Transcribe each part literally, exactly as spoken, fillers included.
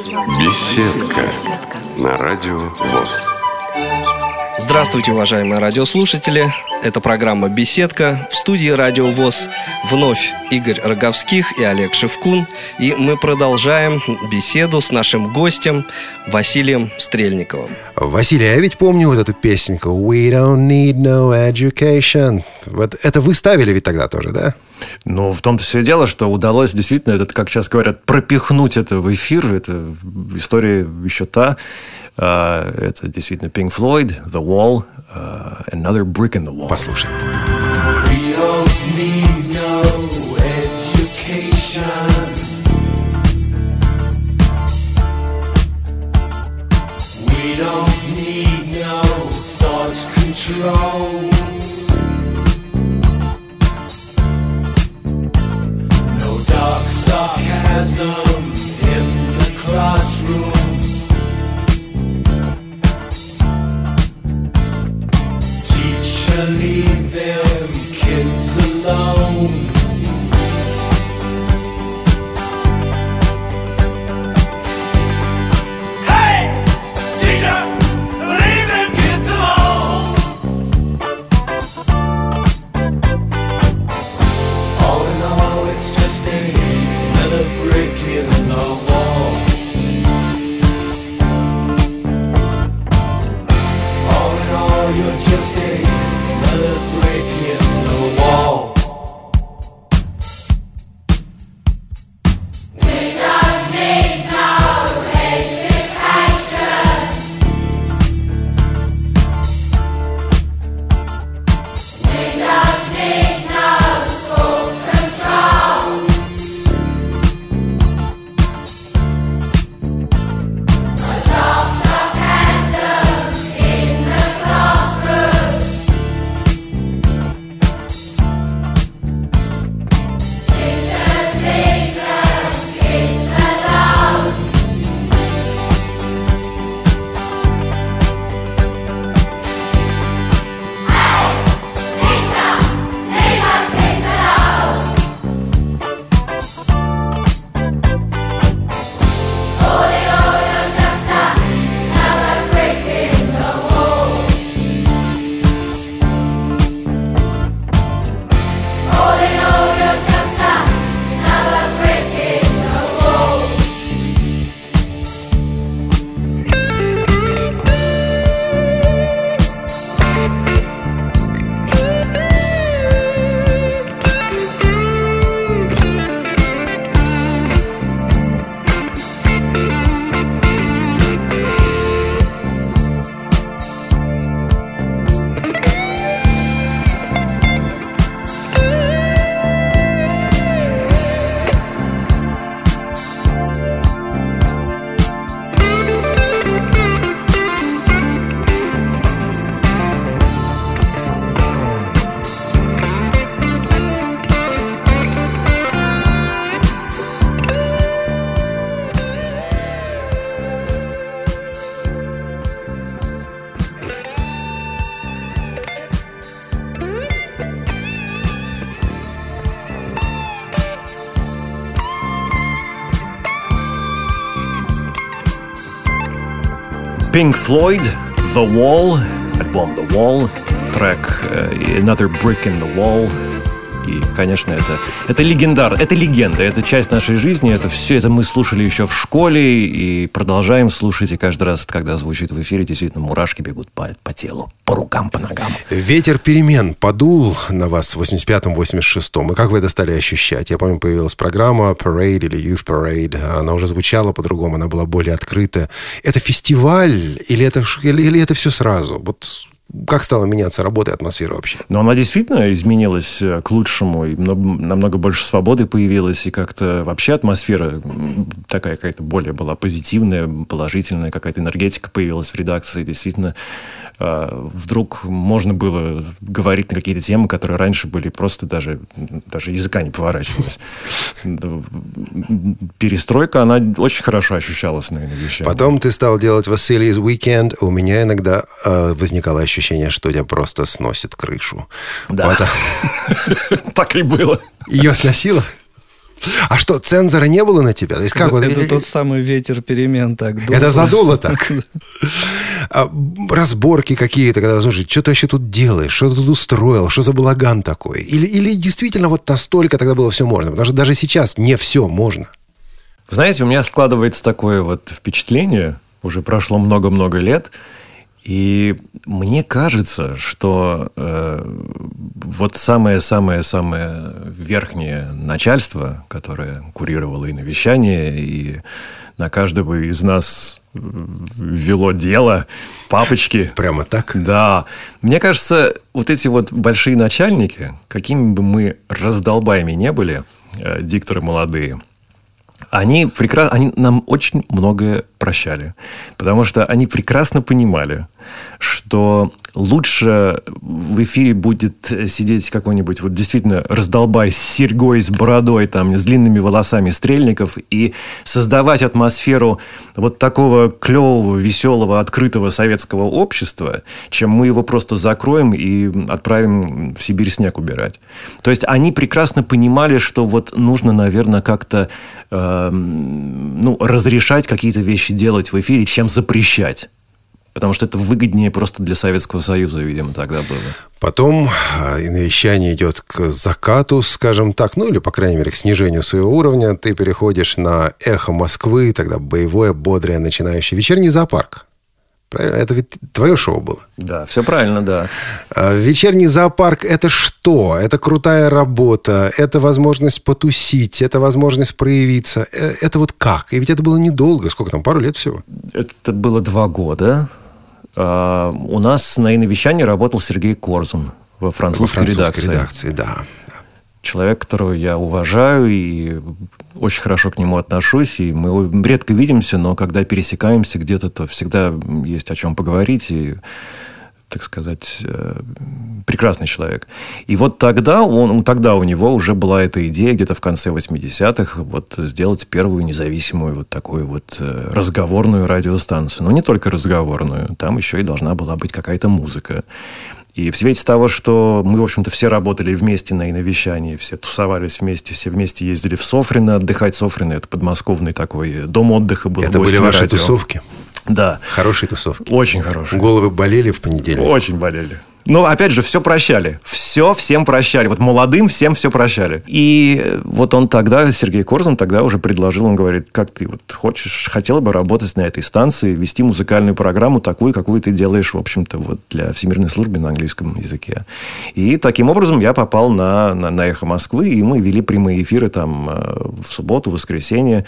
Беседка на радио ВОС. Здравствуйте, уважаемые радиослушатели. Это программа «Беседка». В студии радио ВОС вновь Игорь Роговских и Олег Шевкун. И мы продолжаем беседу с нашим гостем Василием Стрельниковым. Василий, я ведь помню вот эту песенку «We don't need no education». Вот это вы ставили ведь тогда тоже, да? Ну, в том-то все и дело, что удалось действительно, этот, как сейчас говорят, пропихнуть это в эфир. Это история еще та. Uh, это действительно Pink Floyd, The Wall, uh, Another Brick in the Wall. Послушаем. We don't need no education. We don't need no thought control. No dark sarcasm in the classroom. Leave them kids alone. Hey, teacher, leave them kids alone. All in all, it's just another brick in the wall. All in all, you're just a another break in the wall. We don't need no education. We don't need no school control. No dark sarcasm in the classroom. Pink Floyd, The Wall, альбом The Wall, трек Another Brick in the Wall. И, конечно, это, это легендар, это легенда, это часть нашей жизни, это все это мы слушали еще в школе и продолжаем слушать, и каждый раз, когда звучит в эфире, действительно мурашки бегут по, по телу, по рукам, по ногам. Ветер перемен подул на вас в восемьдесят пятом — восемьдесят шестом, и как вы это стали ощущать? Я помню, появилась программа Parade или Youth Parade, она уже звучала по-другому, она была более открыта. Это фестиваль или это, или, или это все сразу? Вот как стала меняться работа и атмосфера вообще? Но она действительно изменилась к лучшему, и намного больше свободы появилось, и как-то вообще атмосфера такая какая-то более была позитивная, положительная, какая-то энергетика появилась в редакции. Действительно, вдруг можно было говорить на какие-то темы, которые раньше были просто даже, даже языка не поворачивалось. Перестройка, она очень хорошо ощущалась на этих вещах. Потом ты стал делать Василий's Weekend. У меня иногда э, возникало ощущение, что тебя просто сносит крышу. Да, так и было. Ее сносило? А что, цензора не было на тебя? То есть, как это вот, это тот самый ветер перемен так. Это задуло так? А разборки какие-то, когда, слушай, что ты вообще тут делаешь? Что ты тут устроил? Что за балаган такой? Или, или действительно вот настолько тогда было все можно? Потому что даже сейчас не все можно. Вы знаете, у меня складывается такое вот впечатление, уже прошло много-много лет, и мне кажется, что э, вот самое-самое-самое верхнее начальство, которое курировало и навещание, и на каждого из нас вело дело, папочки. Прямо так? Да. Мне кажется, вот эти вот большие начальники, какими бы мы раздолбаями не были, э, дикторы молодые, Они, прекрас... они нам очень многое прощали. Потому что они прекрасно понимали, что лучше в эфире будет сидеть какой-нибудь вот действительно раздолбай с серьгой, с бородой, там, с длинными волосами Стрельников и создавать атмосферу вот такого клевого, веселого, открытого советского общества, чем мы его просто закроем и отправим в Сибирь снег убирать. То есть они прекрасно понимали, что вот нужно, наверное, как-то э, ну, разрешать какие-то вещи делать в эфире, чем запрещать. Потому что это выгоднее просто для Советского Союза, видимо, тогда было. Потом навещание идет к закату, скажем так, ну или, по крайней мере, к снижению своего уровня. Ты переходишь на «Эхо Москвы», тогда боевое, бодрое, начинающее. «Вечерний зоопарк». Правильно? Это ведь твое шоу было. Да, все правильно, да. «Вечерний зоопарк» — это что? Это крутая работа, это возможность потусить, это возможность проявиться. Это вот как? И ведь это было недолго. Сколько там? Пару лет всего? Это было два года. У нас на «Иновещании» работал Сергей Корзун во французской, во французской редакции. редакции, да. Человек, которого я уважаю и очень хорошо к нему отношусь. И мы редко видимся, но когда пересекаемся где-то, то всегда есть о чем поговорить. И, так сказать, прекрасный человек. И вот тогда, он, тогда у него уже была эта идея, где-то в конце восьмидесятых, вот, сделать первую независимую вот такую вот разговорную радиостанцию. Но не только разговорную. Там еще и должна была быть какая-то музыка. И в свете того, что мы, в общем-то, все работали вместе на «Иновещании», все тусовались вместе, все вместе ездили в Софрино отдыхать. Софрино – это подмосковный такой дом отдыха был. Это были ваши радио. Тусовки? Да. Хорошие тусовки? Очень хорошие. Головы болели в понедельник? Очень болели. Но, опять же, все прощали. Все всем прощали. Вот молодым всем все прощали. И вот он тогда, Сергей Корзун, тогда уже предложил, он говорит, как ты вот хочешь, хотел бы работать на этой станции, вести музыкальную программу такую, какую ты делаешь, в общем-то, вот для Всемирной службы на английском языке. И таким образом я попал на, на, на «Эхо Москвы», и мы вели прямые эфиры там в субботу, в воскресенье.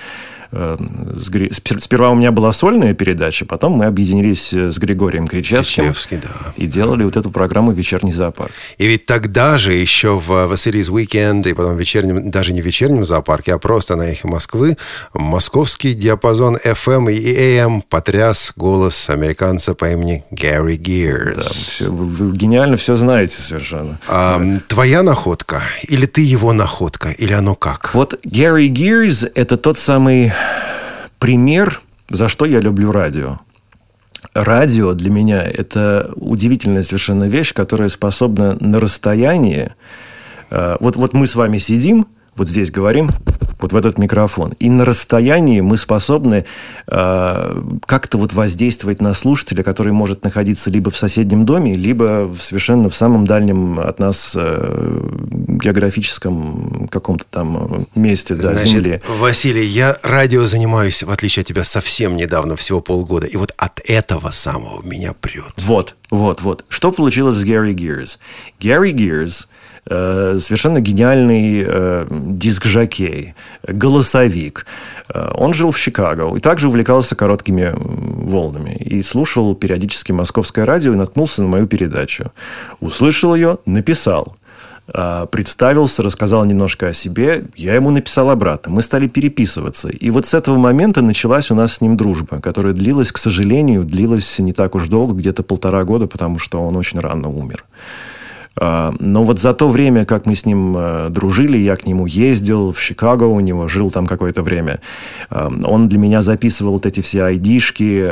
Сперва у меня была сольная передача, потом мы объединились с Григорием Кричевским да. и делали вот эту программу «Вечерний зоопарк». И ведь тогда же еще в Василий's Weekend, и потом в вечернем, даже не в вечернем зоопарке, а просто на «Эхе Москвы», московский диапазон эф эм и эй эм потряс голос американца по имени Гэри Гирс. Да, все, вы, вы гениально все знаете совершенно. А, да. Твоя находка? Или ты его находка? Или оно как? Вот Гэри Гирс – это тот самый пример, за что я люблю радио. Радио для меня – это удивительная совершенно вещь, которая способна на расстоянии. Вот, вот мы с вами сидим, вот здесь говорим, вот в этот микрофон. И на расстоянии мы способны э, как-то вот воздействовать на слушателя, который может находиться либо в соседнем доме, либо в совершенно в самом дальнем от нас э, географическом каком-то там месте, да, Значит, Земли. Василий, я радио занимаюсь, в отличие от тебя, совсем недавно, всего полгода. И вот от этого самого меня прет. Вот, вот, вот. Что получилось с Гэри Гирс? Гэри Гирс совершенно гениальный э, диск-жокей, голосовик. Он жил в Чикаго и также увлекался короткими волнами. И слушал периодически московское радио и наткнулся на мою передачу. Услышал ее, написал. Представился, рассказал немножко о себе. Я ему написал обратно. Мы стали переписываться. И вот с этого момента началась у нас с ним дружба, которая длилась, к сожалению, длилась не так уж долго, где-то полтора года, потому что он очень рано умер. Но вот за то время, как мы с ним дружили, я к нему ездил в Чикаго, у него жил там какое-то время. Он для меня записывал вот эти все айдишки.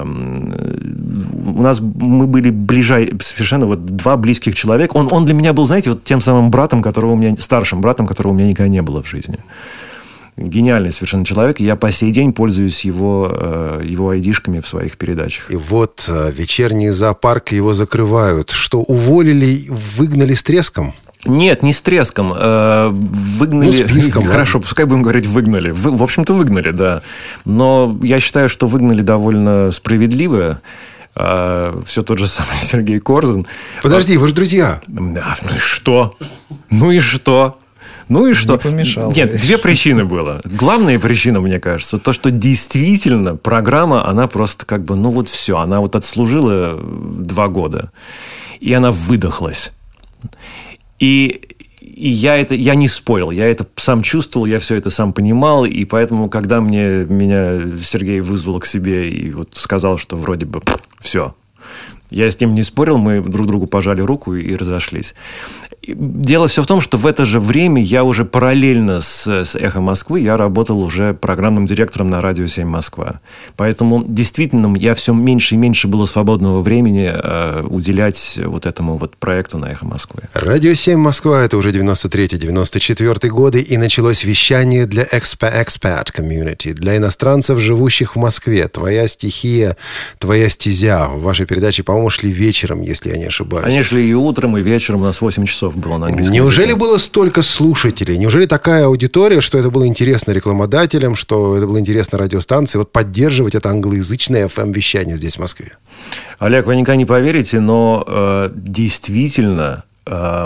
У нас мы были ближай, совершенно вот два близких человека. Он, он для меня был, знаете, вот тем самым братом, которого у меня, старшим братом, которого у меня никогда не было в жизни. Гениальный совершенно человек. Я по сей день пользуюсь его, его айдишками в своих передачах. И вот вечерний зоопарк, его закрывают. Что, уволили, выгнали с треском? Нет, не с треском. Выгнали... Ну, списком, Хорошо, ладно. пускай будем говорить выгнали. Вы, в общем-то, выгнали, да. Но я считаю, что выгнали довольно справедливо. Все тот же самый Сергей Корзун. Подожди, вы же друзья. Ну и что? Ну и что? Ну и что? Не помешал. Нет, две причины было. Главная причина, мне кажется, то, что действительно программа, она просто как бы, ну вот все, она вот отслужила два года, и она выдохлась. И, и я это, я не спорил, я это сам чувствовал, я все это сам понимал, и поэтому, когда мне, меня Сергей вызвал к себе и вот сказал, что вроде бы все, я с ним не спорил, мы друг другу пожали руку и разошлись. Дело все в том, что в это же время я уже параллельно с, с «Эхо Москвы» я работал уже программным директором на радио семь Москва. Поэтому действительно я все меньше и меньше было свободного времени э, уделять вот этому вот проекту на «Эхо Москвы». Радио семь Москва — это уже девяносто третий — девяносто четвёртый годы, и началось вещание для expat community, для иностранцев, живущих в Москве. Твоя стихия, твоя стезя. В вашей передаче, по-моему, шли вечером, если я не ошибаюсь. Они шли и утром, и вечером, у нас восемь часов было на английском Неужели языке. было столько слушателей? Неужели такая аудитория, что это было интересно рекламодателям, что это было интересно радиостанции, вот поддерживать это англоязычное эф эм-вещание здесь, в Москве? Олег, вы никогда не поверите, но э, действительно... Э,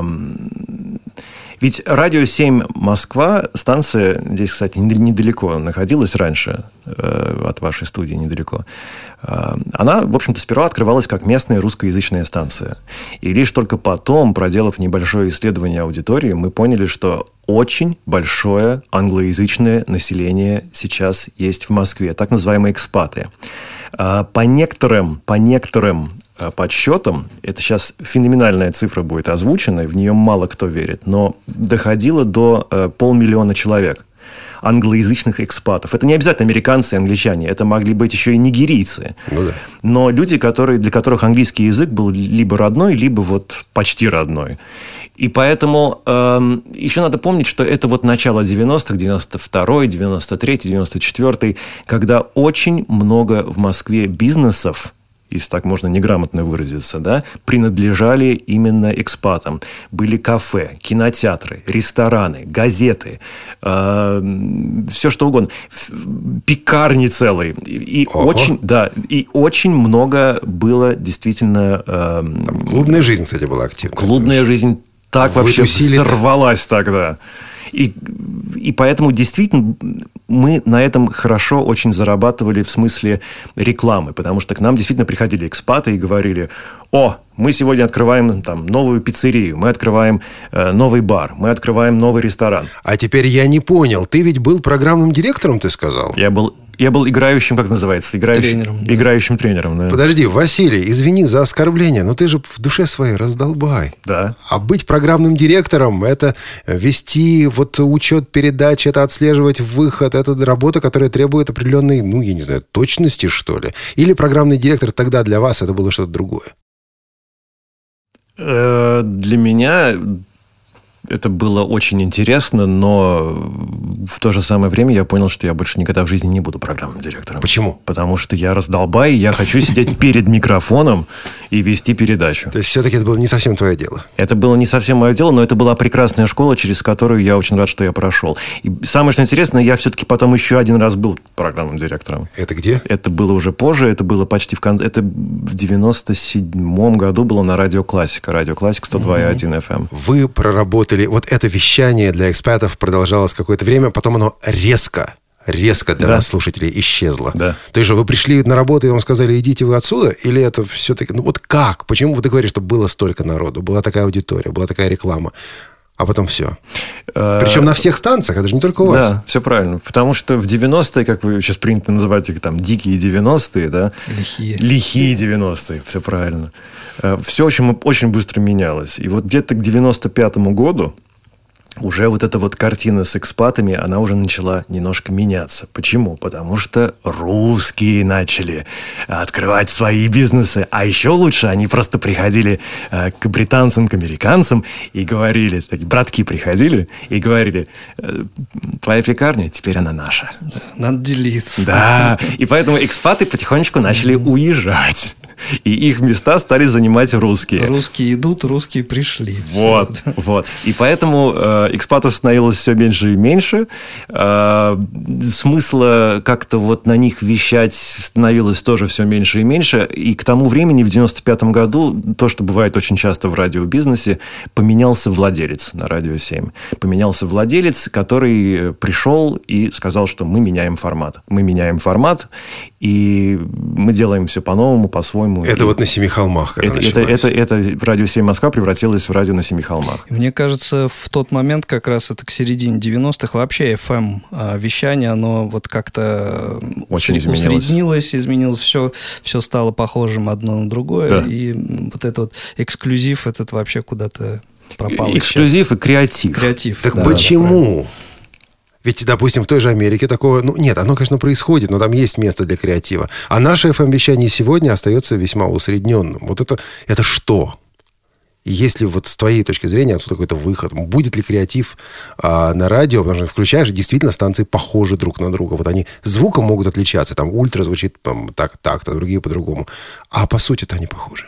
ведь радио семь Москва, станция здесь, кстати, недалеко находилась раньше, э, от вашей студии недалеко. Э, она, в общем-то, сперва открывалась как местная русскоязычная станция. И лишь только потом, проделав небольшое исследование аудитории, мы поняли, что очень большое англоязычное население сейчас есть в Москве, так называемые экспаты. Э, по некоторым, по некоторым подсчетам, это сейчас феноменальная цифра будет озвучена, и в нее мало кто верит, но доходило до э, полмиллиона человек англоязычных экспатов. Это не обязательно американцы и англичане, это могли быть еще и нигерийцы. Ну да. Но люди, которые, для которых английский язык был либо родной, либо вот почти родной. И поэтому э, еще надо помнить, что это вот начало девяностых, девяносто второй, девяносто третий, девяносто четвёртый, когда очень много в Москве бизнесов, если так можно неграмотно выразиться, да, принадлежали именно экспатам. Были кафе, кинотеатры, рестораны, газеты, э, все что угодно, пекарни целые. И, и очень, да, и очень много было действительно... Э, Там клубная жизнь, кстати, была активная. Клубная жизнь так Вы вообще тусили... взорвалась тогда. И, и поэтому действительно мы на этом хорошо очень зарабатывали в смысле рекламы, потому что к нам действительно приходили экспаты и говорили: о, мы сегодня открываем там новую пиццерию, мы открываем э, новый бар, мы открываем новый ресторан. А теперь я не понял, ты ведь был программным директором, ты сказал? Я был, я был играющим, как называется? Играющим тренером. Да. Играющим тренером, да. Подожди, Василий, извини за оскорбление, но ты же в душе своей раздолбай. Да. А быть программным директором – это вести вот учет передач, это отслеживать выход, это работа, которая требует определенной, ну, я не знаю, точности, что ли? Или программный директор тогда для вас это было что-то другое? Э, для меня это было очень интересно, но в то же самое время я понял, что я больше никогда в жизни не буду программным директором. Почему? Потому что я раздолбай, и я хочу сидеть перед микрофоном и вести передачу. То есть все-таки это было не совсем твое дело? Это было не совсем мое дело, но это была прекрасная школа, через которую я очень рад, что я прошел. И самое, что интересно, я все-таки потом еще один раз был программным директором. Это где? Это было уже позже, это было почти в конце... Это в девяносто седьмом году было на Радио Классика. Радио Классика сто два и один эф эм. Вы проработали... Вот это вещание для экспатов продолжалось какое-то время, потом оно резко, резко для Да. нас, слушателей, исчезло. Да. То есть же вы пришли на работу и вам сказали: идите вы отсюда? Или это все-таки... Ну вот как? Почему вы говорите, что было столько народу, была такая аудитория, была такая реклама? а потом все. Причем на всех станциях, это же не только у вас. Да, все правильно. Потому что в девяностые, как вы сейчас принято называть их, там, дикие девяностые, да? Лихие. Лихие девяностые, все правильно. Все очень, очень быстро менялось. И вот где-то к девяносто пятому году уже вот эта вот картина с экспатами, она уже начала немножко меняться. Почему? Потому что русские начали открывать свои бизнесы. А еще лучше, они просто приходили э, к британцам, к американцам и говорили, такие братки приходили и говорили: твоя пекарня, теперь она наша. Надо делиться. Да, и поэтому экспаты потихонечку начали уезжать. И их места стали занимать русские. Русские идут, русские пришли. Вот, Все. вот. И поэтому э, экспатов становилось все меньше и меньше. Э, смысла как-то вот на них вещать становилось тоже все меньше и меньше. И к тому времени, в девяносто пятом году, то, что бывает очень часто в радиобизнесе, поменялся владелец на Радио семь. Поменялся владелец, который пришел и сказал, что мы меняем формат. Мы меняем формат, и мы делаем все по-новому, по-своему. Это и... вот на Семи холмах, когда это, началось. это, это, это Радио семь Москва превратилось в радио на Семи холмах. Мне кажется, в тот момент, как раз это к середине девяностых, вообще эф эм-вещание, оно вот как-то очень изменилось. усреднилось, изменилось, все, все стало похожим одно на другое, Да. и вот этот вот эксклюзив этот вообще куда-то пропал. Эксклюзив исчез. и креатив. Креатив. Так да, почему? Ведь, допустим, в той же Америке такого... Ну, нет, оно, конечно, происходит, но там есть место для креатива. А наше эф эм-вещание сегодня остается весьма усредненным. Вот это, это что? И если вот с твоей точки зрения отсюда какой-то выход, будет ли креатив а, на радио, потому что включаешь, действительно станции похожи друг на друга. Вот они звуком могут отличаться. Там ультра звучит там, так, так, а другие по-другому. А по сути-то они похожи.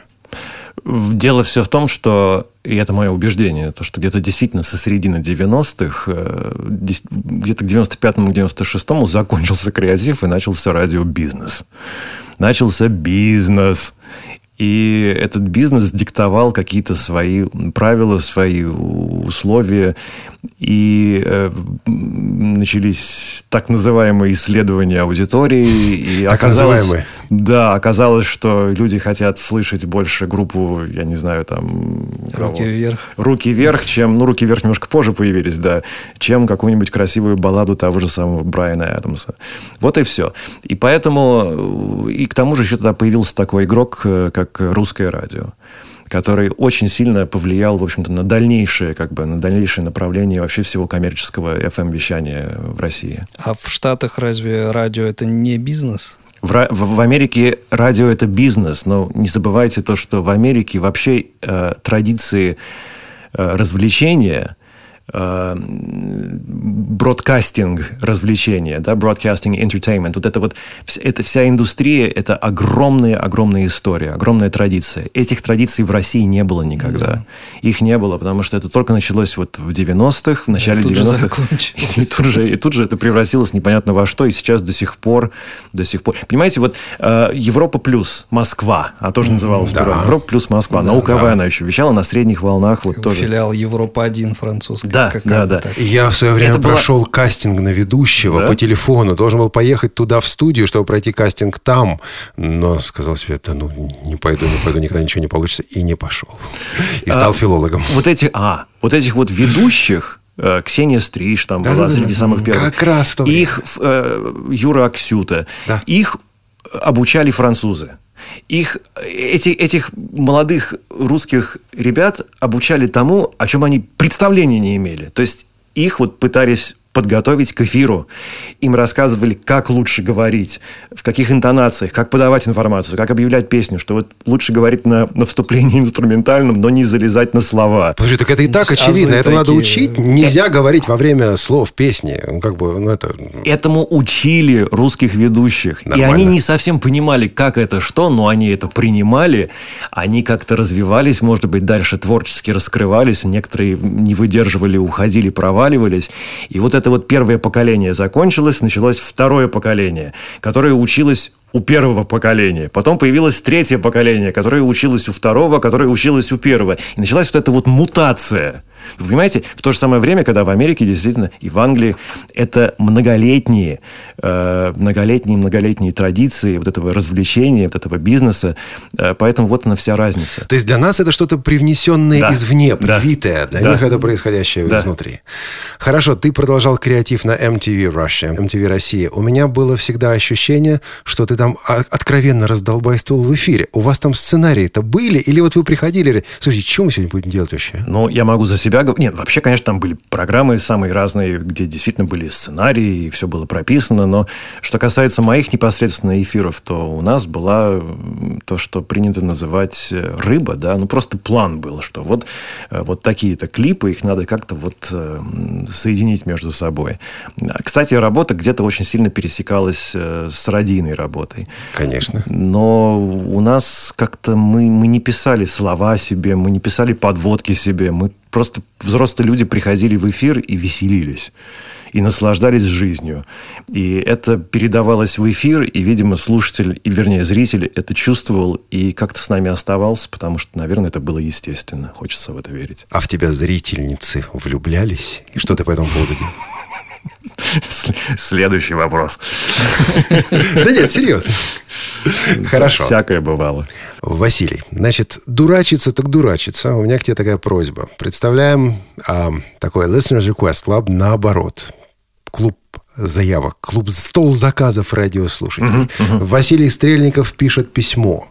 Дело все в том, что, и это мое убеждение, то, что где-то действительно со середины девяностых, где-то к девяносто пятому, девяносто шестому закончился креатив и начался радиобизнес. Начался бизнес. И этот бизнес диктовал какие-то свои правила, свои условия. И э, начались так называемые исследования аудитории. И так оказалось, называемые? Да, оказалось, что люди хотят слышать больше группу, я не знаю, там... Руки кого? вверх. Руки вверх, чем... Ну, руки вверх немножко позже появились, да. Чем какую-нибудь красивую балладу того же самого Брайана Адамса. Вот и все. И поэтому... И к тому же еще тогда появился такой игрок, как Русское радио, который очень сильно повлиял, в общем-то, на дальнейшее, как бы, на дальнейшее направление вообще всего коммерческого эф эм-вещания в России. А в Штатах разве радио это не бизнес? В, в, в Америке радио – это бизнес, но не забывайте то, что в Америке вообще э, традиции э, развлечения, э, бродкастинг развлечения, да, broadcasting entertainment, вот это вот, это вся индустрия, это огромная-огромная история, огромная традиция. Этих традиций в России не было никогда. Да. Их не было, потому что это только началось вот в девяностых, в начале да, девяностых. И тут же, и тут же это превратилось непонятно во что, и сейчас до сих пор, до сих пор. Понимаете, вот э, Европа плюс Москва, а тоже называлась да. Европа плюс Москва. Да, на УКВ да. она еще вещала, на средних волнах вот тоже. Филиал Европа один французский. Да, как, да, как да. Так. Я в свое время Это была- прошел кастинг на ведущего Да? по телефону. Должен был поехать туда в студию, чтобы пройти кастинг там. Но сказал себе, да ну, не пойду, не пойду, никогда ничего не получится. И не пошел. И стал А, филологом. Вот эти, а, вот этих вот ведущих, э, Ксения Стриж там Да, была да, да, среди да. самых первых. Как раз в то время. Их, э, Юра Аксюта, Да. их обучали французы. Их, эти, этих молодых русских ребят обучали тому, о чем они представления не имели. То есть их вот пытались подготовить к эфиру. Им рассказывали, как лучше говорить, в каких интонациях, как подавать информацию, как объявлять песню, что вот лучше говорить на, на вступлении инструментальном, но не залезать на слова. Подожди, так это и так Азы очевидно. Это такие. надо учить. Нельзя говорить во время слов песни. Ну, как бы, ну, это... Этому учили русских ведущих. Нормально. И они не совсем понимали, как это что, но они это принимали. Они как-то развивались, может быть, дальше творчески раскрывались. Некоторые не выдерживали, уходили, проваливались. И вот это вот первое поколение закончилось, началось второе поколение, которое училось у первого поколения. Потом появилось третье поколение, которое училось у второго, которое училось у первого. И началась вот эта вот мутация. Вы понимаете, в то же самое время, когда в Америке действительно и в Англии это многолетние, э, многолетние, многолетние традиции вот этого развлечения, вот этого бизнеса. Э, поэтому вот она вся разница. То есть для нас это что-то привнесенное да. извне, привитое. Да. Для да. них это происходящее да. изнутри. Хорошо, ты продолжал креатив на эм ти ви Russia, эм ти ви Россия. У меня было всегда ощущение, что ты там откровенно раздолбайствовал в эфире. У вас там сценарии-то были? Или вот вы приходили и говорили, слушайте, что мы сегодня будем делать вообще? Ну, я могу за себя говорить. Нет, вообще, конечно, там были программы самые разные, где действительно были сценарии, и все было прописано. Но что касается моих непосредственно эфиров, то у нас была то, что принято называть рыба, да, ну, просто план был, что вот, вот такие-то клипы, их надо как-то вот соединить между собой. Кстати, работа где-то очень сильно пересекалась с радийной работой. Конечно. Но у нас как-то мы, мы не писали слова себе, мы не писали подводки себе, мы просто взрослые люди приходили в эфир и веселились. И наслаждались жизнью. И это передавалось в эфир, и, видимо, слушатель, и, вернее, зритель это чувствовал и как-то с нами оставался, потому что, наверное, это было естественно. Хочется в это верить. А в тебя зрительницы влюблялись? И что ты по этому поводу делал? Следующий вопрос. Да нет, серьезно. Хорошо. Всякое бывало. Василий, значит, дурачиться так дурачиться. У меня к тебе такая просьба. Представляем а, такой Listeners Request Club наоборот. Клуб заявок, клуб стол заказов радиослушателей. Uh-huh, uh-huh. Василий Стрельников пишет письмо.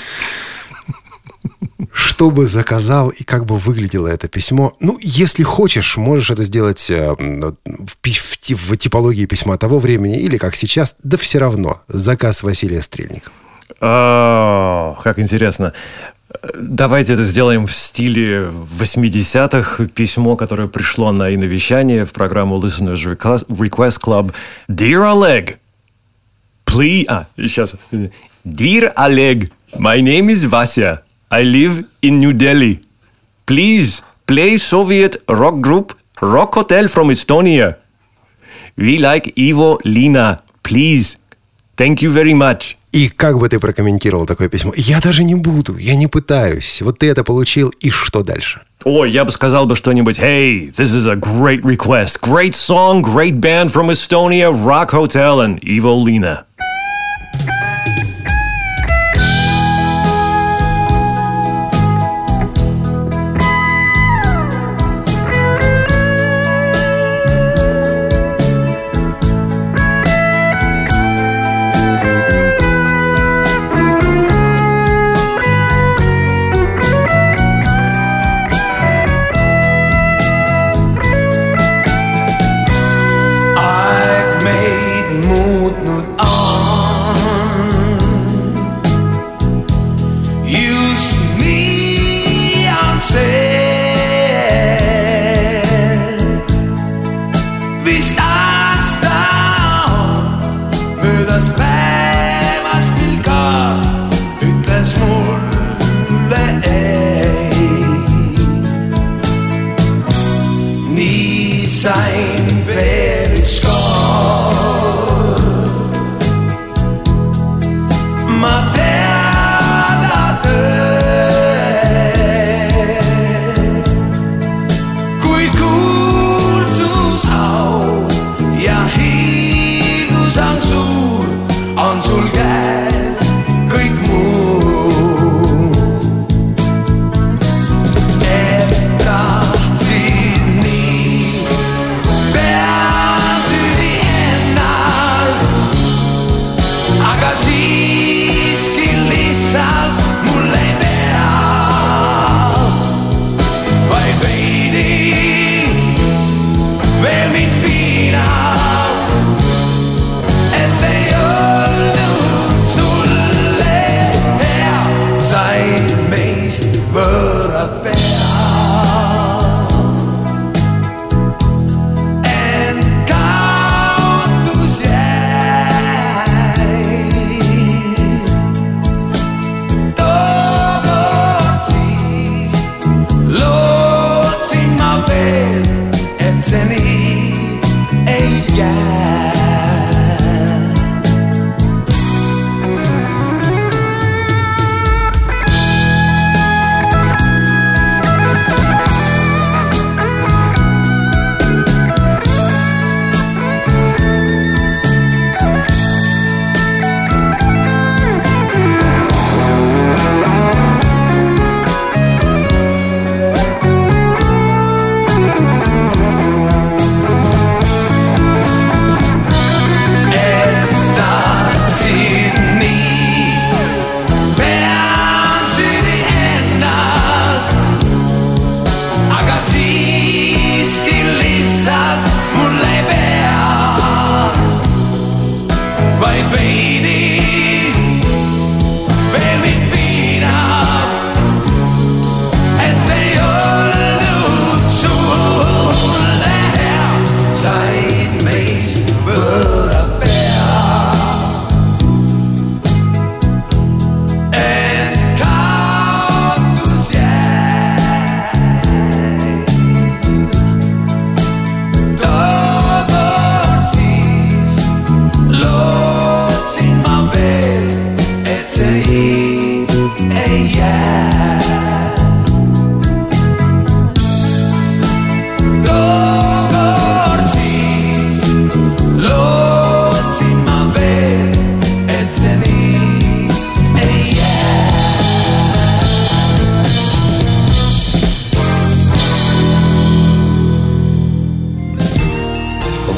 Что бы заказал и как бы выглядело это письмо? Ну, если хочешь, можешь это сделать в, в, в типологии письма того времени или как сейчас. Да все равно. Заказ Василия Стрельникова. О, как интересно. Давайте это сделаем в стиле восьмидесятых. Письмо, которое пришло на иновещание в программу Listeners Request Club. Dear Oleg, please... А, сейчас. Dear Oleg, my name is Vasya. I live in New Delhi. Please play Soviet rock group Rock Hotel from Estonia. We like Ivo Lina. Please. Thank you very much. И как бы ты прокомментировал такое письмо? Я даже не буду, я не пытаюсь. Вот ты это получил, и что дальше? Ой, я бы сказал бы что-нибудь. Hey, this is a great request. Great song, great band from Estonia, Rock Hotel and Ivo Lina.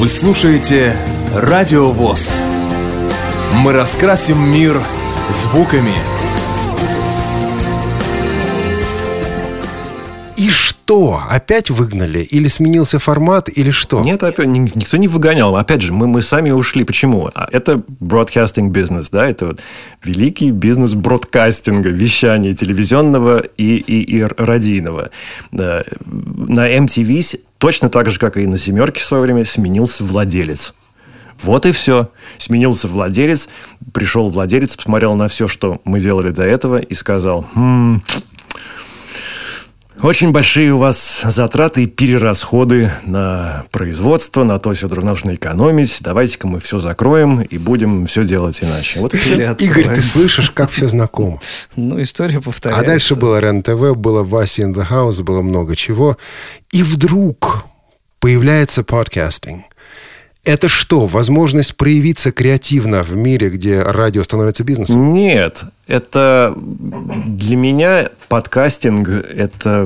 Вы слушаете Радио ВОС. Мы раскрасим мир звуками. И что? Опять выгнали? Или сменился формат? Или что? Нет, опять, ни- никто не выгонял. Опять же, мы, мы сами ушли. Почему? А Это broadcasting бизнес, да? Это вот великий бизнес бродкастинга, вещания телевизионного и, и, и радийного. Да. На эм ти ви точно так же, как и на «Семерке» в свое время, сменился владелец. Вот и все. Сменился владелец, пришел владелец, посмотрел на все, что мы делали до этого, и сказал: «Хм, очень большие у вас затраты и перерасходы на производство, на то, все нужно экономить. Давайте-ка мы все закроем и будем все делать иначе». Вот и всё. Или Игорь, откроем. ты слышишь, как все знакомо. Ну, история А повторяется. дальше было РЕН-ТВ, было Вася in the House, было много чего. И вдруг появляется подкастинг. Это что, возможность проявиться креативно в мире, где радио становится бизнесом? Нет, это для меня подкастинг – это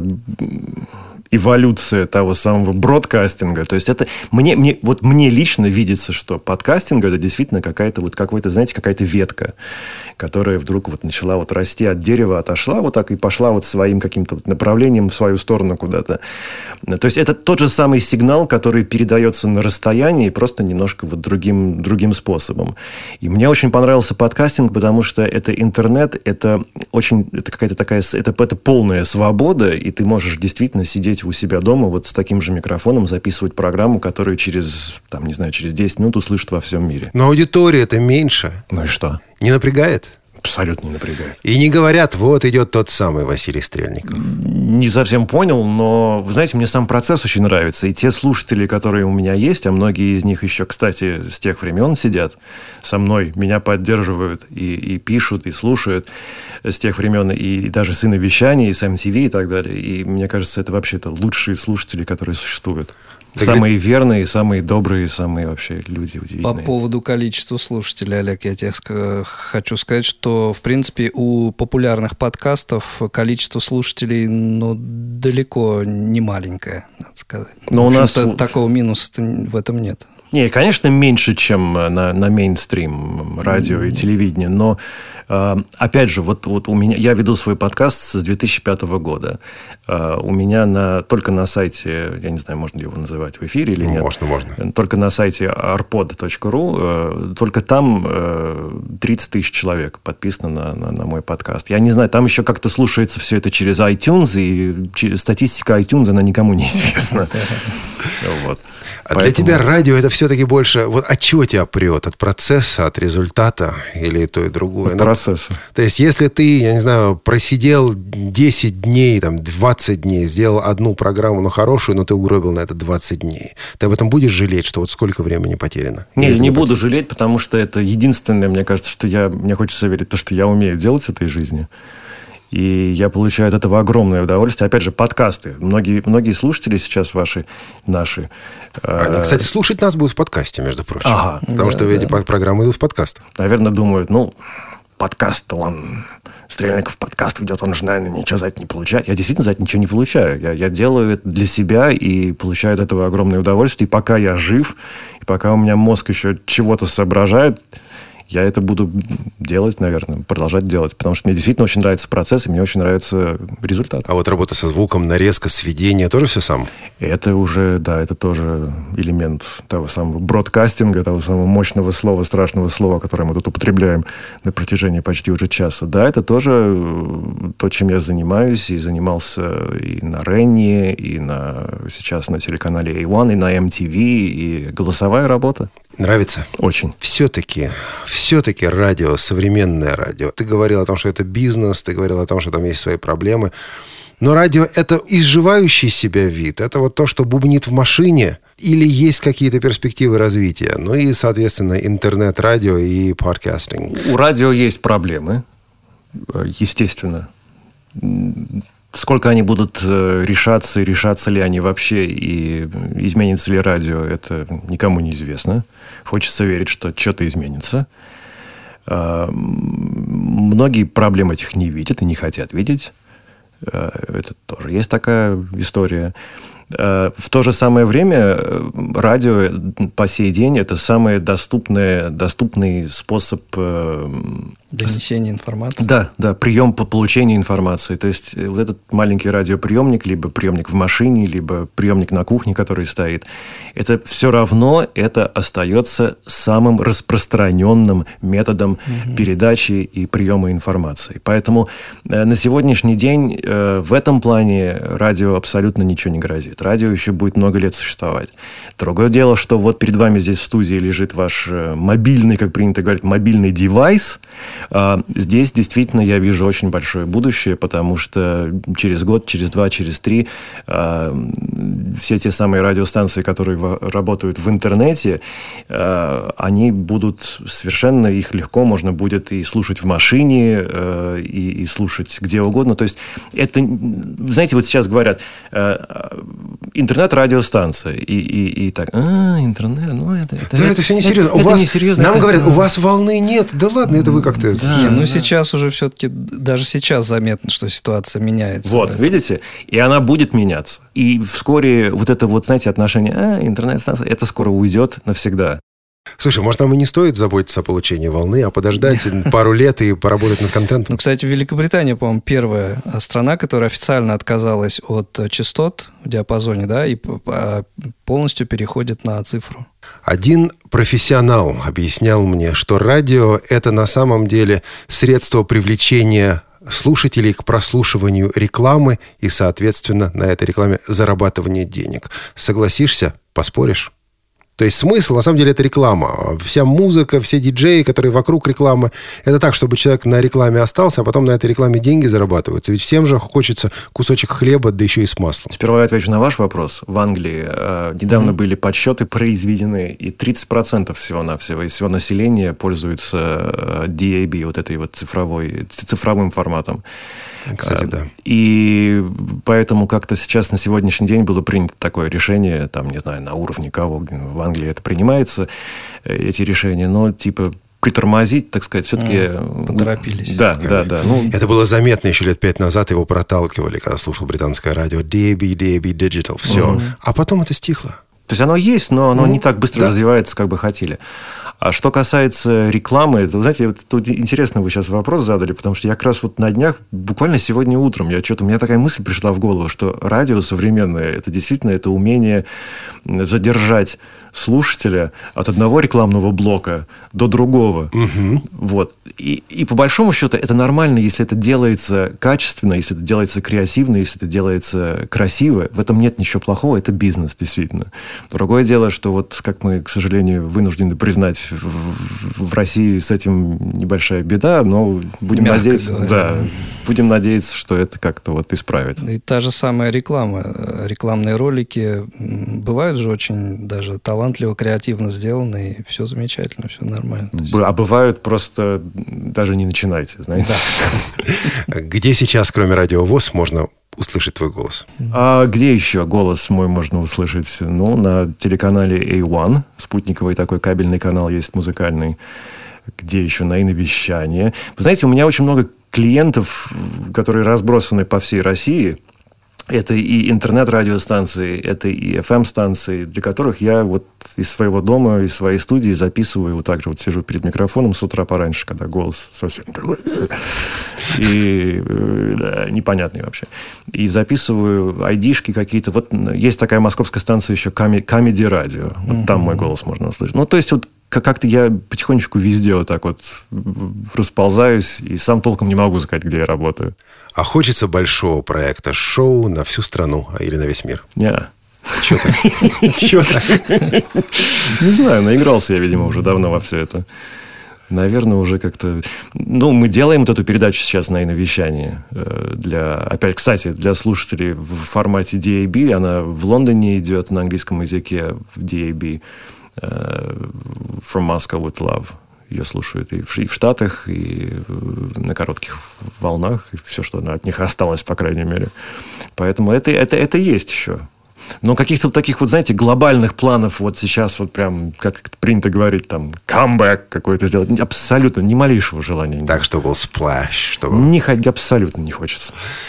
эволюция того самого бродкастинга. То есть это мне, мне, вот мне лично видится, что подкастинг – это действительно какая-то вот какой-то, знаете, какая-то ветка, которая вдруг вот начала вот расти от дерева, отошла вот так и пошла вот своим каким-то вот направлением в свою сторону куда-то. То есть это тот же самый сигнал, который передается на расстоянии, просто немножко вот другим, другим способом. И мне очень понравился подкастинг, потому что это интернет, это очень, это какая-то такая, это, это полная свобода, и ты можешь действительно сидеть у себя дома вот с таким же микрофоном, записывать программу, которую через, там, не знаю, через десять минут услышат во всем мире. Но аудитория-то меньше. Ну и что? Не напрягает? Абсолютно не напрягает. И не говорят, вот идет тот самый Василий Стрельников. Не совсем понял, но, вы знаете, мне сам процесс очень нравится. И те слушатели, которые у меня есть, а многие из них еще, кстати, с тех времен сидят со мной, меня поддерживают и, и пишут, и слушают с тех времен, и даже с иновещания, и с эм ти ви и так далее. И мне кажется, это вообще это лучшие слушатели, которые существуют. Так самые это... верные, самые добрые, самые вообще люди удивительные. По поводу количества слушателей, Олег, я тебе ска- хочу сказать, что, в принципе, у популярных подкастов количество слушателей, ну, далеко не маленькое, надо сказать. Но у нас такого минуса в этом нет. Не, конечно, меньше, чем на, на мейнстрим радио и телевидение, но э, опять же, вот, вот у меня, я веду свой подкаст с две тысячи пятого года. Э, у меня на, только на сайте, я не знаю, можно ли его называть в эфире или нет. Можно, можно. Только на сайте арпод точка ру, э, только там э, тридцать тысяч человек подписано на, на, на мой подкаст. Я не знаю, там еще как-то слушается все это через iTunes, и через, статистика iTunes, она никому не известна. Вот. А Поэтому... для тебя радио это все-таки больше... Вот от чего тебя прет? От процесса, от результата? Или то и другое? От процесса. То есть, если ты, я не знаю, просидел десять дней, там, двадцать дней, сделал одну программу, но хорошую, но ты угробил на это двадцать дней, ты об этом будешь жалеть, что вот сколько времени потеряно? Не, не, не буду потеряно? жалеть, потому что это единственное, мне кажется, что я... Мне хочется верить в то, что я умею делать в этой жизни. И я получаю от этого огромное удовольствие. Опять же, подкасты. Многие, многие слушатели сейчас ваши, наши... Они, кстати, слушать нас будут в подкасте, между прочим. Ага. Потому да, что да. эти программы идут в подкаст. Наверное, думают, ну, подкаст, он... Стрельников подкаст ведет, он же, наверное, ничего за это не получает. Я действительно за это ничего не получаю. Я, я делаю это для себя и получаю от этого огромное удовольствие. И пока я жив, и пока у меня мозг еще чего-то соображает, я это буду делать, наверное, продолжать делать. Потому что мне действительно очень нравится процесс, и мне очень нравится результат. А вот работа со звуком, нарезка, сведение, тоже все сам? Это уже, да, это тоже элемент того самого бродкастинга, того самого мощного слова, страшного слова, которое мы тут употребляем на протяжении почти уже часа. Да, это тоже то, чем я занимаюсь, и занимался и на Ренни, и на, сейчас на телеканале эй один, и на эм ти ви, и голосовая работа. Нравится? Очень. Все-таки, все-таки радио, современное радио. Ты говорил о том, что это бизнес, ты говорил о том, что там есть свои проблемы. Но радио – это изживающий себя вид. Это вот то, что бубнит в машине. Или есть какие-то перспективы развития? Ну и, соответственно, интернет-радио и подкастинг. У радио есть проблемы, естественно. Сколько они будут решаться, и решатся ли они вообще, и изменится ли радио, это никому не известно. Хочется верить, что что-то изменится. Многие проблем этих не видят и не хотят видеть. Это тоже есть такая история. В то же самое время радио по сей день это самый доступный, доступный способ донесения информации. Да, да, прием по получению информации. То есть вот этот маленький радиоприемник, либо приемник в машине, либо приемник на кухне, который стоит, это все равно это остается самым распространенным методом угу. передачи и приема информации. Поэтому на сегодняшний день в этом плане радио абсолютно ничего не грозит. Радио еще будет много лет существовать. Другое дело, что вот перед вами здесь в студии лежит ваш мобильный, как принято говорить, мобильный девайс. Здесь действительно я вижу очень большое будущее, потому что через год, через два, через три все те самые радиостанции, которые работают в интернете, они будут совершенно, их легко можно будет и слушать в машине, и, и слушать где угодно. То есть это, знаете, вот сейчас говорят интернет-радиостанция и, и, и так, а, интернет, ну это... это да, это, это все несерьезно. Это, у это вас, несерьезно. Нам это... говорят, у вас волны нет. Да ладно, это вы как-то... Да, не, ну да. Сейчас уже все-таки, даже сейчас заметно, что ситуация меняется. Вот, видите? И она будет меняться. И вскоре вот это вот, знаете, отношение, а, интернет-станция, это скоро уйдет навсегда. Слушай, может, нам и не стоит заботиться о получении волны, а подождать пару лет и поработать над контентом? Ну, кстати, Великобритания, по-моему, первая страна, которая официально отказалась от частот в диапазоне, да, и полностью переходит на цифру. Один профессионал объяснял мне, что радио – это на самом деле средство привлечения слушателей к прослушиванию рекламы и, соответственно, на этой рекламе зарабатывание денег. Согласишься? Поспоришь? То есть смысл, на самом деле, это реклама. Вся музыка, все диджеи, которые вокруг рекламы, это так, чтобы человек на рекламе остался, а потом на этой рекламе деньги зарабатываются. Ведь всем же хочется кусочек хлеба, да еще и с маслом. Сперва я отвечу на ваш вопрос. В Англии э, недавно mm-hmm. были подсчеты произведены, и тридцать процентов всего-навсего из всего населения пользуются э, ди эй би, вот этой вот цифровой, цифровым форматом. Кстати, да. И поэтому как-то сейчас на сегодняшний день было принято такое решение, там, не знаю, на уровне кого в Англии это принимается, эти решения, но типа притормозить, так сказать, все-таки... Mm, поторопились. Да, да, да. Ну... Это было заметно еще лет пять назад, его проталкивали, когда слушал британское радио. ди эй би, ди эй би Digital, все. Mm. А потом это стихло. То есть оно есть, но оно mm. не так быстро да. развивается, как бы хотели. А что касается рекламы, то, знаете, вот тут интересно вы сейчас вопрос задали, потому что я как раз вот на днях, буквально сегодня утром, я что-то, у меня такая мысль пришла в голову, что радио современное, это действительно это умение задержать слушателя от одного рекламного блока до другого. Угу. Вот. И, и по большому счету это нормально, если это делается качественно, если это делается креативно, если это делается красиво. В этом нет ничего плохого, это бизнес, действительно. Другое дело, что вот, как мы, к сожалению, вынуждены признать, в, в России с этим небольшая беда, но будем Мягко надеяться, говоря. да, будем надеяться, что это как-то вот исправится. И та же самая реклама. Рекламные ролики бывают же очень даже талантливо, креативно сделаны, и все замечательно, все нормально. А бывают просто даже не начинайте, знаете. Да. Где сейчас, кроме Радио ВОС, можно услышать твой голос? А где еще голос мой можно услышать? Ну, на телеканале эй один, спутниковый такой кабельный канал есть, музыкальный. Где еще? На иновещание. Вы знаете, у меня очень много клиентов, которые разбросаны по всей России. Это и интернет-радиостанции, это и эф эм-станции, для которых я вот из своего дома, из своей студии записываю, вот так же вот сижу перед микрофоном с утра пораньше, когда голос совсем такой и да, непонятный вообще. И записываю айдишки какие-то. Вот есть такая московская станция еще Comedy Radio. Вот там мой голос можно услышать. Ну, то есть вот как-то я потихонечку везде вот так вот расползаюсь и сам толком не могу сказать, где я работаю. А хочется большого проекта, шоу на всю страну или на весь мир? Не. Чего так? Чего так? Не знаю, наигрался я, видимо, уже давно во все это. Наверное, уже как-то... Ну, мы делаем вот эту передачу сейчас на иновещании. Для... Опять, кстати, для слушателей в формате ди эй би. Она в Лондоне идет на английском языке в ди эй би. From Moscow with Love. Ее слушают и в, и в Штатах, и на коротких волнах. И все, что от них осталось, по крайней мере. Поэтому это, это, это есть еще. Но каких-то вот таких вот, знаете, глобальных планов вот сейчас вот прям, как принято говорить, там, камбэк какой-то сделать, абсолютно ни малейшего желания. Так, чтобы был сплэш. Чтобы... Не, абсолютно не хочется.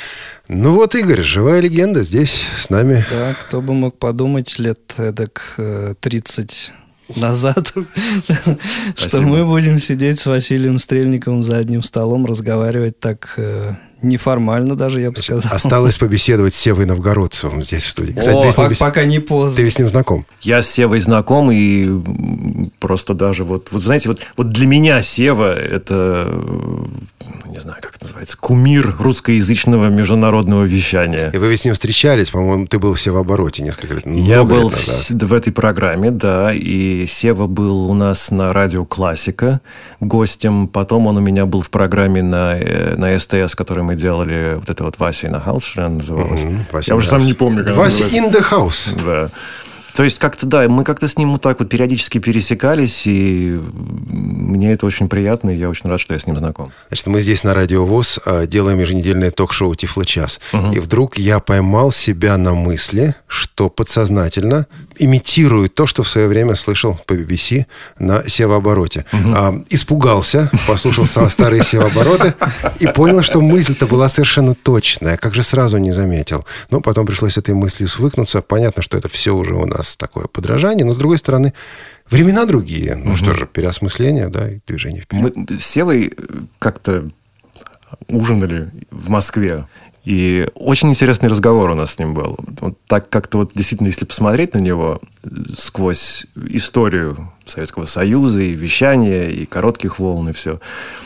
Ну вот, Игорь, живая легенда здесь с нами. Да, кто бы мог подумать лет эдак э, тридцать назад, что мы будем сидеть с Василием Стрельниковым за одним столом, разговаривать так э, неформально даже, я бы сказал. Осталось побеседовать с Севой Новгородцевым здесь в студии. Кстати, О, ты с ним бес... пока не поздно. Ты ведь с ним знаком? Я с Севой знаком, и просто даже вот, вот знаете, вот, вот для меня Сева – это, не знаю, как это называется, кумир русскоязычного международного вещания. И вы ведь с ним встречались, по-моему, ты был в Севообороте несколько лет. Я был лет в, в этой программе, да, и Сева был у нас на радио «Классика» гостем, потом он у меня был в программе на, на СТС, которую мы делали, вот это вот «Вася in the House», что она называлась. Mm-hmm. Я уже сам не помню, как «Вася in the House». Да. То есть как-то, да, мы как-то с ним вот так вот периодически пересекались, и мне это очень приятно, и я очень рад, что я с ним знаком. Значит, мы здесь на Радио ВОС делаем еженедельное ток-шоу «Тифлочас». Угу. И вдруг я поймал себя на мысли, что подсознательно имитирую то, что в свое время слышал по би би си на Севообороте. Угу. А, испугался, послушал старые Севообороты и понял, что мысль-то была совершенно точная. Как же сразу не заметил. Но потом пришлось с этой мыслью свыкнуться. Понятно, что это все уже у нас такое подражание, но, с другой стороны, времена другие. Ну, угу. что же, переосмысление, да, и движение вперед. Мы с Севой как-то ужинали в Москве, и очень интересный разговор у нас с ним был. Вот так как-то вот действительно, если посмотреть на него сквозь историю Советского Союза, и вещания, и коротких волн, и все...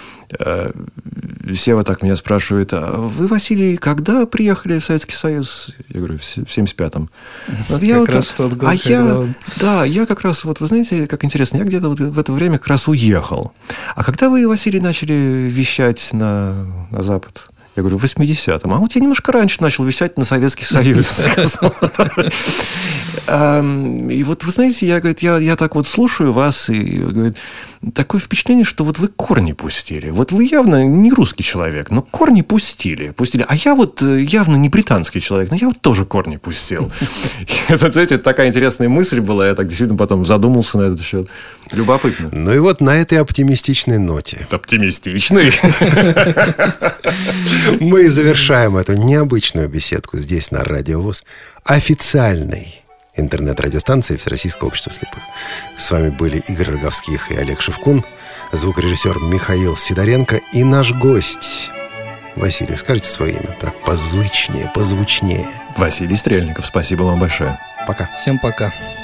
Сева так меня спрашивает: а вы, Василий, когда приехали в Советский Союз? Я говорю, в семьдесят пятом. Вот я как вот раз в тот год. А я, да, я как раз, вот вы знаете, как интересно, я где-то вот в это время как раз уехал. А когда вы, Василий, начали вещать на, на Запад? Я говорю, в восьмидесятом. А вот я немножко раньше начал вещать на Советский Союз. И вот, вы знаете, я, говорит, я, я так вот слушаю вас, и говорит, такое впечатление, что вот вы корни пустили. Вот вы явно не русский человек, но корни пустили. пустили. А я вот явно не британский человек, но я вот тоже корни пустил. Это, знаете, такая интересная мысль была. Я так действительно потом задумался на этот счет. Любопытно. Ну и вот на этой оптимистичной ноте. Оптимистичной? Мы завершаем эту необычную беседку здесь, на Радио ВОС, официальной интернет-радиостанции Всероссийского общества слепых. С вами были Игорь Роговских и Олег Шевкун, звукорежиссер Михаил Сидоренко и наш гость Василий. Скажите свое имя так позычнее, позвучнее. Василий Стрельников. Спасибо вам большое. Пока. Всем пока.